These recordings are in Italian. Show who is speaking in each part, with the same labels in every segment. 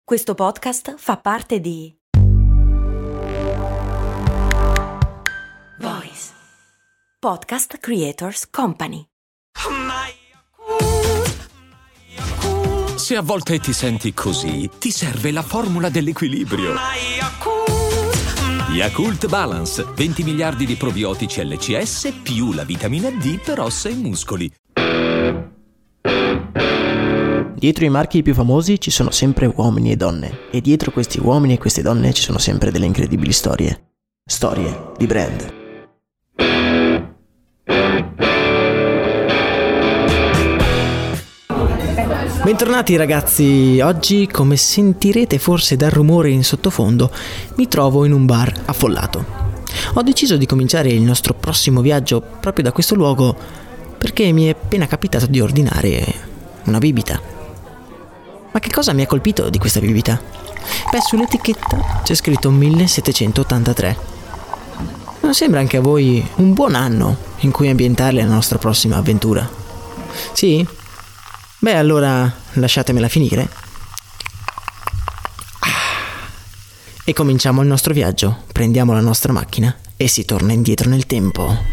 Speaker 1: Questo podcast fa parte di Voice Podcast Creators Company.
Speaker 2: Se a volte ti senti così, ti serve la formula dell'equilibrio. Yakult Balance, 20 miliardi di probiotici LCS più la vitamina D per ossa e muscoli.
Speaker 3: Dietro i marchi più famosi ci sono sempre uomini e donne, e dietro questi uomini e queste donne ci sono sempre delle incredibili storie. Storie di brand. Bentornati ragazzi, oggi, come sentirete forse dal rumore in sottofondo, mi trovo in un bar affollato. Ho deciso di cominciare il nostro prossimo viaggio proprio da questo luogo perché mi è appena capitato di ordinare una bibita. Ma che cosa mi ha colpito di questa bibita? Beh, sull'etichetta c'è scritto 1783. Non sembra anche a voi un buon anno in cui ambientare la nostra prossima avventura? Sì? Beh, allora lasciatemela finire. E cominciamo il nostro viaggio. Prendiamo la nostra macchina e si torna indietro nel tempo.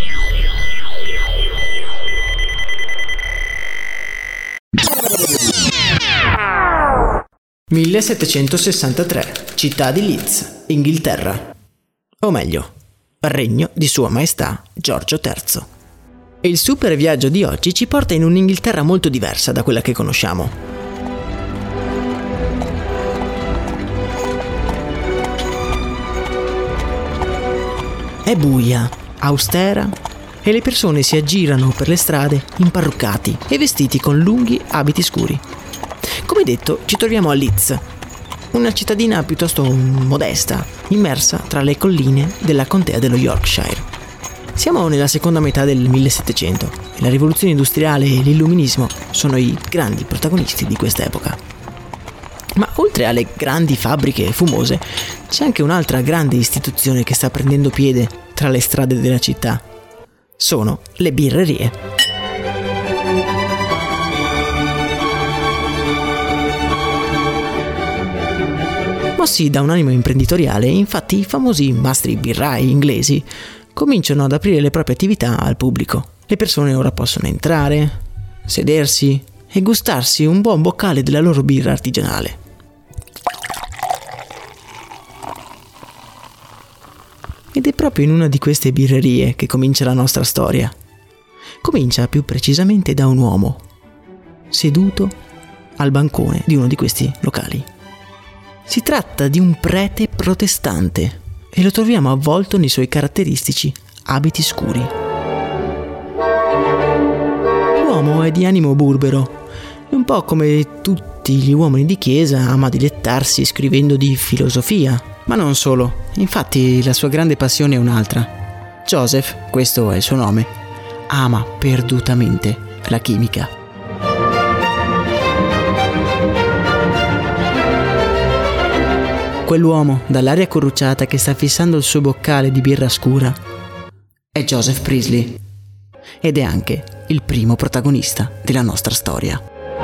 Speaker 3: (1763) città di Leeds, Inghilterra. O meglio, regno di Sua Maestà Giorgio III. E il super viaggio di oggi ci porta in un'Inghilterra molto diversa da quella che conosciamo. È buia, austera, e le persone si aggirano per le strade imparruccati e vestiti con lunghi abiti scuri. Come detto, ci troviamo a Leeds, una cittadina piuttosto modesta, immersa tra le colline della contea dello Yorkshire. Siamo nella seconda metà del 1700 e la rivoluzione industriale e l'illuminismo sono i grandi protagonisti di questa epoca. Ma oltre alle grandi fabbriche fumose, c'è anche un'altra grande istituzione che sta prendendo piede tra le strade della città. Sono le birrerie. Mossi da un animo imprenditoriale, infatti, i famosi mastri birrai inglesi cominciano ad aprire le proprie attività al pubblico. Le persone ora possono entrare, sedersi e gustarsi un buon boccale della loro birra artigianale. Ed è proprio in una di queste birrerie che comincia la nostra storia. Comincia più precisamente da un uomo, seduto al bancone di uno di questi locali. Si tratta di un prete protestante e lo troviamo avvolto nei suoi caratteristici abiti scuri. L'uomo è di animo burbero e un po' come tutti gli uomini di chiesa ama dilettarsi scrivendo di filosofia, ma non solo. Infatti la sua grande passione è un'altra. Joseph, questo è il suo nome, ama perdutamente la chimica. Quell'uomo dall'aria corrucciata che sta fissando il suo boccale di birra scura è Joseph Priestley ed è anche il primo protagonista della nostra storia.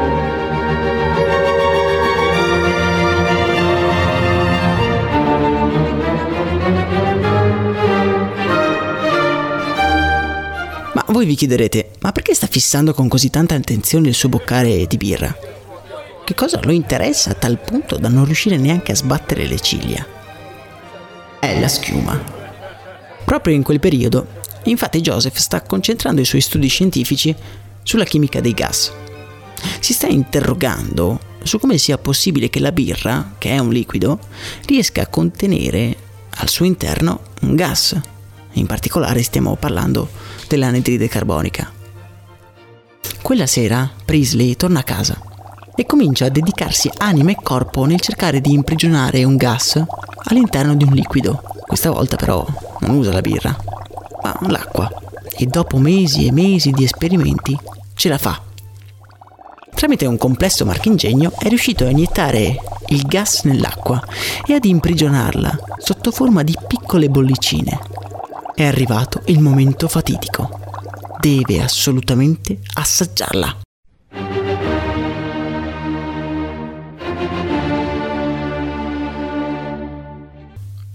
Speaker 3: Ma voi vi chiederete, ma perché sta fissando con così tanta attenzione il suo boccale di birra? Che cosa lo interessa a tal punto da non riuscire neanche a sbattere le ciglia? È la schiuma. Proprio in quel periodo, infatti, Joseph sta concentrando i suoi studi scientifici sulla chimica dei gas. Si sta interrogando su come sia possibile che la birra, che è un liquido, riesca a contenere al suo interno un gas. In particolare stiamo parlando dell'anidride carbonica. Quella sera Priestley torna a casa e comincia a dedicarsi anima e corpo nel cercare di imprigionare un gas all'interno di un liquido. Questa volta però non usa la birra, ma l'acqua. E dopo mesi e mesi di esperimenti ce la fa. Tramite un complesso marchingegno è riuscito a iniettare il gas nell'acqua e ad imprigionarla sotto forma di piccole bollicine. È arrivato il momento fatidico. Deve assolutamente assaggiarla.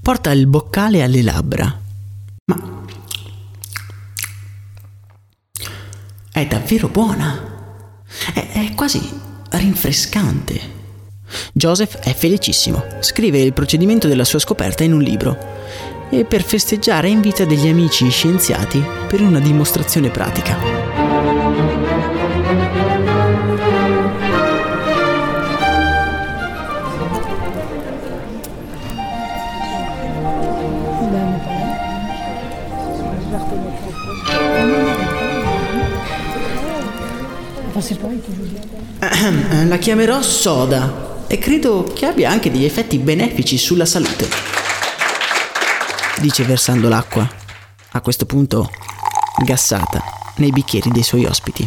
Speaker 3: Porta il boccale alle labbra. Ma è davvero buona. È quasi rinfrescante. Joseph è felicissimo. Scrive il procedimento della sua scoperta in un libro e per festeggiare invita degli amici scienziati per una dimostrazione pratica. La chiamerò soda e credo che abbia anche degli effetti benefici sulla salute, dice versando l'acqua, a questo punto gassata, nei bicchieri dei suoi ospiti.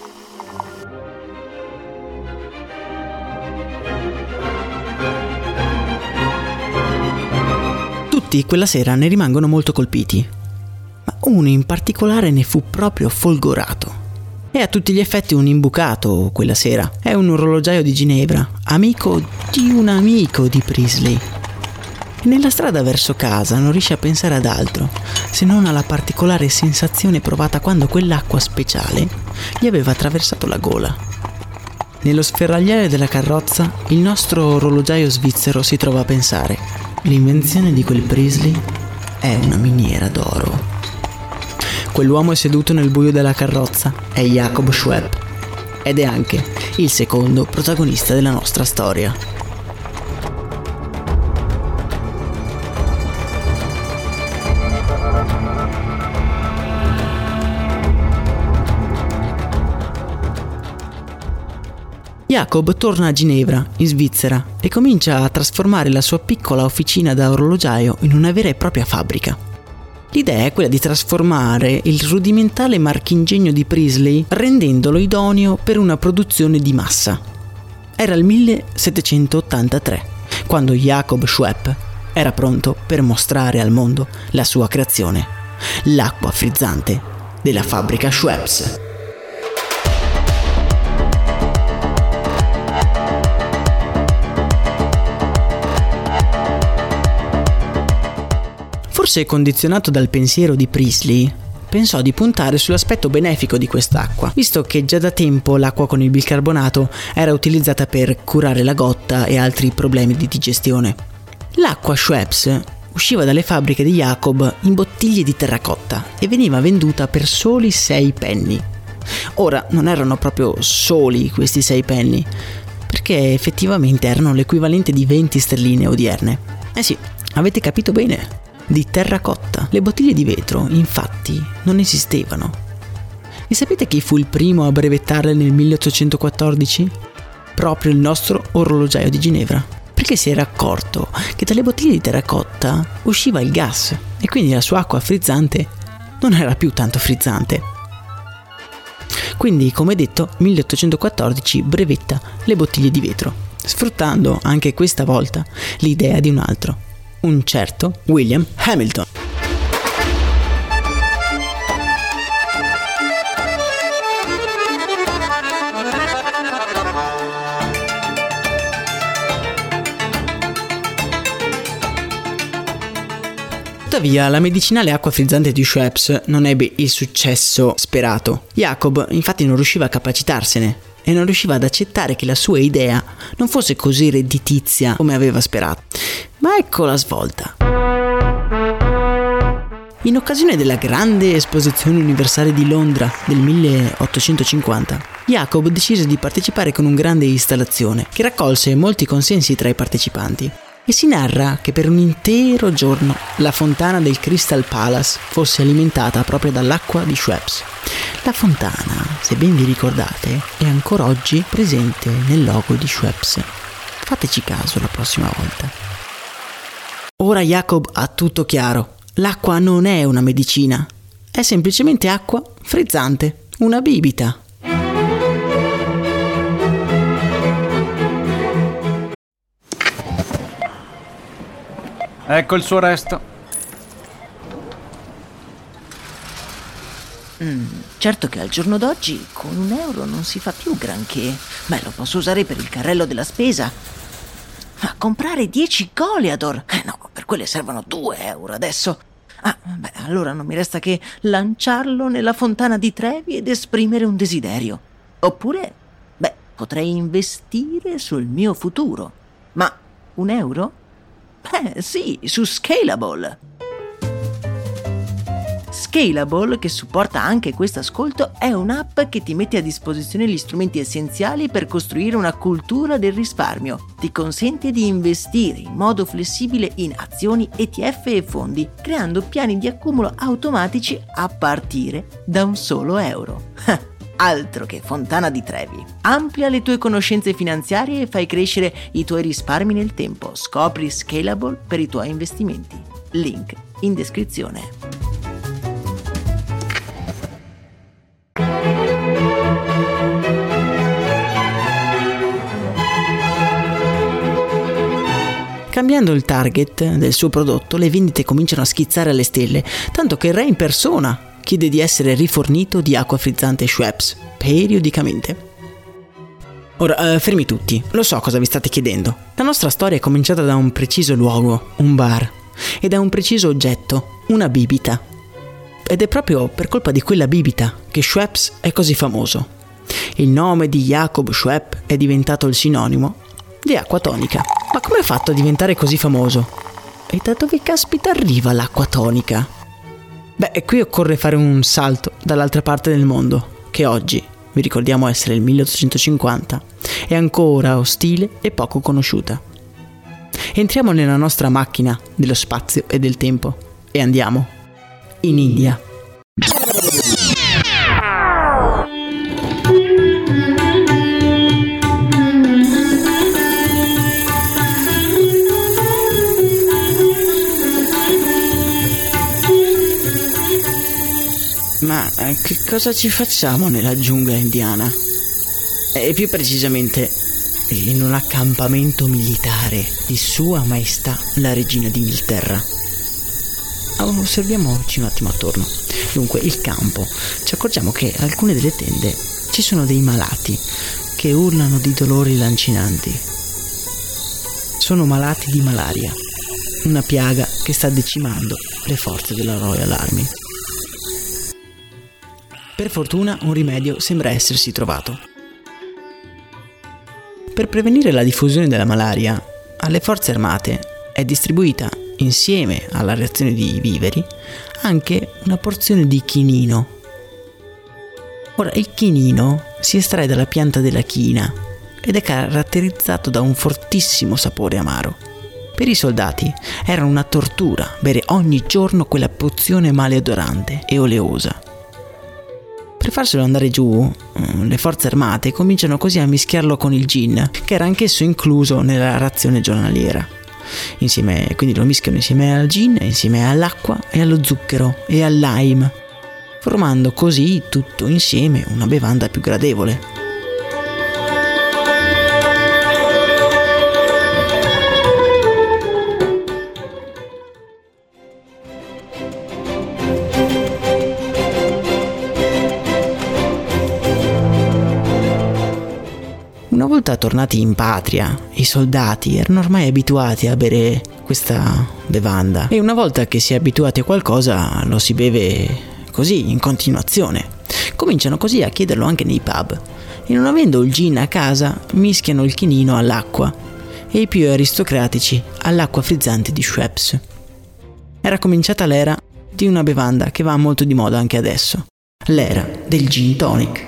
Speaker 3: Tutti quella sera ne rimangono molto colpiti, ma uno in particolare ne fu proprio folgorato. È a tutti gli effetti un imbucato quella sera. È un orologiaio di Ginevra, amico di un amico di Priestley. E nella strada verso casa non riesce a pensare ad altro se non alla particolare sensazione provata quando quell'acqua speciale gli aveva attraversato la gola. Nello sferragliare della carrozza il nostro orologiaio svizzero si trova a pensare: l'invenzione di quel Priestley è una miniera d'oro. Quell'uomo è seduto nel buio della carrozza è Jacob Schweppe ed è anche il secondo protagonista della nostra storia. Jacob torna a Ginevra, in Svizzera, e comincia a trasformare la sua piccola officina da orologiaio in una vera e propria fabbrica. L'idea è quella di trasformare il rudimentale marchingegno di Priestley rendendolo idoneo per una produzione di massa. Era il 1783, quando Jacob Schweppe era pronto per mostrare al mondo la sua creazione, l'acqua frizzante della fabbrica Schweppes. Forse condizionato dal pensiero di Priestley, pensò di puntare sull'aspetto benefico di quest'acqua, visto che già da tempo l'acqua con il bicarbonato era utilizzata per curare la gotta e altri problemi di digestione. L'acqua Schweppes usciva dalle fabbriche di Jacob in bottiglie di terracotta e veniva venduta per soli 6 penny. Ora, non erano proprio soli questi 6 penny, perché effettivamente erano l'equivalente di 20 sterline odierne. Sì, avete capito bene. Di terracotta. Le bottiglie di vetro, infatti, non esistevano. E sapete chi fu il primo a brevettarle nel 1814? Proprio il nostro orologiaio di Ginevra, perché si era accorto che dalle bottiglie di terracotta usciva il gas e quindi la sua acqua frizzante non era più tanto frizzante. Quindi, come detto, 1814 brevetta le bottiglie di vetro, sfruttando anche questa volta l'idea di un altro, un certo William Hamilton. Tuttavia, la medicinale acqua frizzante di Schweppes non ebbe il successo sperato. Jacob infatti non riusciva a capacitarsene e non riusciva ad accettare che la sua idea non fosse così redditizia come aveva sperato. Ma ecco la svolta. In occasione della grande esposizione universale di Londra del 1850, Jacob decise di partecipare con una grande installazione che raccolse molti consensi tra i partecipanti. E si narra che per un intero giorno la fontana del Crystal Palace fosse alimentata proprio dall'acqua di Schweppes. La fontana, se ben vi ricordate, è ancora oggi presente nel logo di Schweppes. Fateci caso la prossima volta. Ora Jacob ha tutto chiaro. L'acqua non è una medicina, è semplicemente acqua frizzante, una bibita.
Speaker 4: Ecco il suo resto.
Speaker 5: Certo che al giorno d'oggi con €1 non si fa più granché. Beh, lo posso usare per il carrello della spesa. Ma comprare 10 Goliador. No, per quelle servono 2 euro adesso. Allora non mi resta che lanciarlo nella fontana di Trevi ed esprimere un desiderio. Oppure, potrei investire sul mio futuro. Ma 1 euro? Sì, su Scalable. Scalable, che supporta anche questo ascolto, è un'app che ti mette a disposizione gli strumenti essenziali per costruire una cultura del risparmio. Ti consente di investire in modo flessibile in azioni, ETF e fondi, creando piani di accumulo automatici a partire da 1 solo euro. Altro che fontana di Trevi. Amplia le tue conoscenze finanziarie e fai crescere i tuoi risparmi nel tempo. Scopri Scalable per i tuoi investimenti. Link in descrizione.
Speaker 3: Cambiando il target del suo prodotto, le vendite cominciano a schizzare alle stelle, tanto che il re in persona chiede di essere rifornito di acqua frizzante Schweppes periodicamente. Ora, fermi tutti, lo so cosa vi state chiedendo. La nostra storia è cominciata da un preciso luogo, un bar, e da un preciso oggetto, una bibita. Ed è proprio per colpa di quella bibita che Schweppes è così famoso. Il nome di Jacob Schweppes è diventato il sinonimo di acqua tonica. Ma come ha fatto a diventare così famoso? E da dove caspita arriva l'acqua tonica? Qui occorre fare un salto dall'altra parte del mondo, che oggi, vi ricordiamo essere il 1850, è ancora ostile e poco conosciuta. Entriamo nella nostra macchina dello spazio e del tempo e andiamo in India. Ma che cosa ci facciamo nella giungla indiana? E più precisamente in un accampamento militare di Sua Maestà la Regina d'Inghilterra. Osserviamoci un attimo attorno. Dunque, il campo. Ci accorgiamo che alcune delle tende ci sono dei malati che urlano di dolori lancinanti. Sono malati di malaria, una piaga che sta decimando le forze della Royal Army. Per fortuna un rimedio sembra essersi trovato. Per prevenire la diffusione della malaria, alle forze armate è distribuita, insieme alla razione di viveri, anche una porzione di chinino. Ora, il chinino si estrae dalla pianta della china ed è caratterizzato da un fortissimo sapore amaro. Per i soldati era una tortura bere ogni giorno quella pozione maleodorante e oleosa. Per farselo andare giù, le forze armate cominciano così a mischiarlo con il gin, che era anch'esso incluso nella razione giornaliera. Quindi lo mischiano insieme al gin, insieme all'acqua e allo zucchero e al lime, formando così tutto insieme una bevanda più gradevole. Una volta tornati in patria, i soldati erano ormai abituati a bere questa bevanda e una volta che si è abituati a qualcosa lo si beve così in continuazione. Cominciano così a chiederlo anche nei pub e non avendo il gin a casa mischiano il chinino all'acqua e i più aristocratici all'acqua frizzante di Schweppes. Era cominciata l'era di una bevanda che va molto di moda anche adesso, l'era del gin tonic.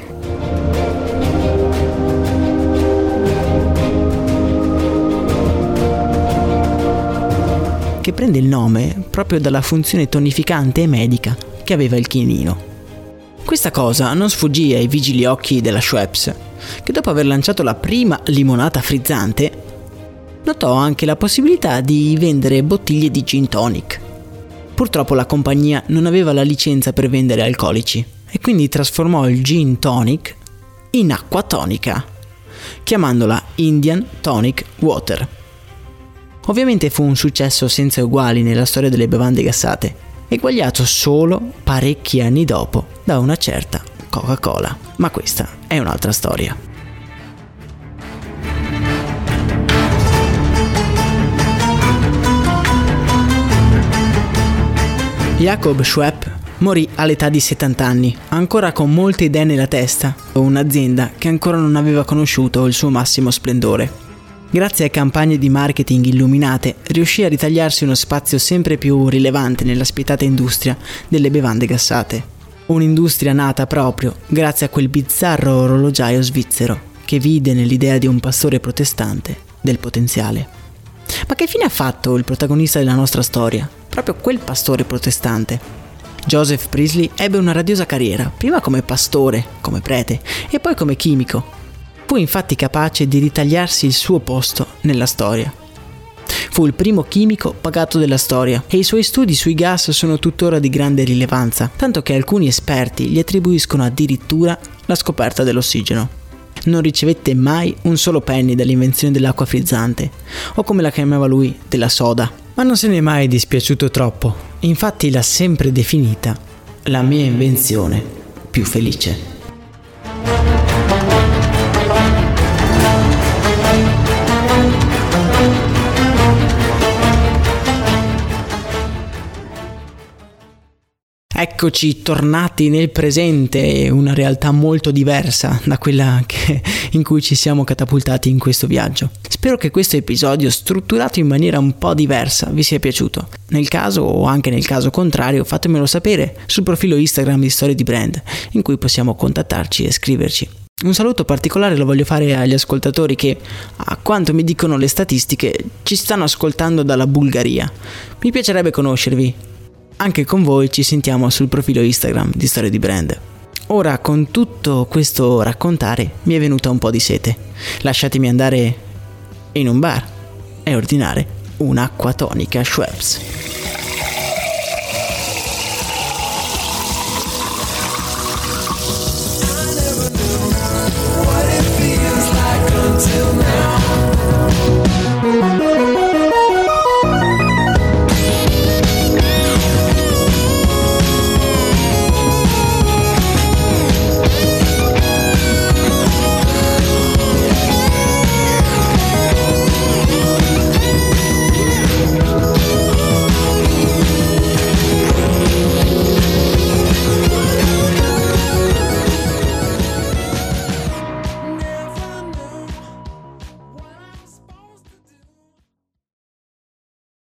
Speaker 3: Che prende il nome proprio dalla funzione tonificante e medica che aveva il chinino. Questa cosa non sfuggì ai vigili occhi della Schweppes, che dopo aver lanciato la prima limonata frizzante, notò anche la possibilità di vendere bottiglie di gin tonic. Purtroppo la compagnia non aveva la licenza per vendere alcolici e quindi trasformò il gin tonic in acqua tonica, chiamandola Indian Tonic Water. Ovviamente fu un successo senza uguali nella storia delle bevande gassate, eguagliato solo parecchi anni dopo da una certa Coca-Cola. Ma questa è un'altra storia. Jacob Schwepp morì all'età di 70 anni, ancora con molte idee nella testa, o un'azienda che ancora non aveva conosciuto il suo massimo splendore. Grazie a campagne di marketing illuminate, riuscì a ritagliarsi uno spazio sempre più rilevante nella spietata industria delle bevande gassate. Un'industria nata proprio grazie a quel bizzarro orologiaio svizzero che vide nell'idea di un pastore protestante del potenziale. Ma che fine ha fatto il protagonista della nostra storia? Proprio quel pastore protestante. Joseph Priestley ebbe una radiosa carriera, prima come pastore, come prete e poi come chimico. Fu infatti capace di ritagliarsi il suo posto nella storia. Fu il primo chimico pagato della storia e i suoi studi sui gas sono tuttora di grande rilevanza, tanto che alcuni esperti gli attribuiscono addirittura la scoperta dell'ossigeno. Non ricevette mai un solo penny dall'invenzione dell'acqua frizzante, o come la chiamava lui, della soda, ma non se ne è mai dispiaciuto troppo. Infatti l'ha sempre definita la mia invenzione più felice. Eccoci tornati nel presente, una realtà molto diversa da quella in cui ci siamo catapultati in questo viaggio. Spero che questo episodio, strutturato in maniera un po' diversa, vi sia piaciuto. Nel caso, o anche nel caso contrario, fatemelo sapere sul profilo Instagram di Storie di Brand, in cui possiamo contattarci e scriverci. Un saluto particolare lo voglio fare agli ascoltatori che, a quanto mi dicono le statistiche, ci stanno ascoltando dalla Bulgaria. Mi piacerebbe conoscervi. Anche con voi ci sentiamo sul profilo Instagram di Storie di Brand. Ora, con tutto questo raccontare, mi è venuta un po' di sete. Lasciatemi andare in un bar e ordinare un'acqua tonica Schweppes.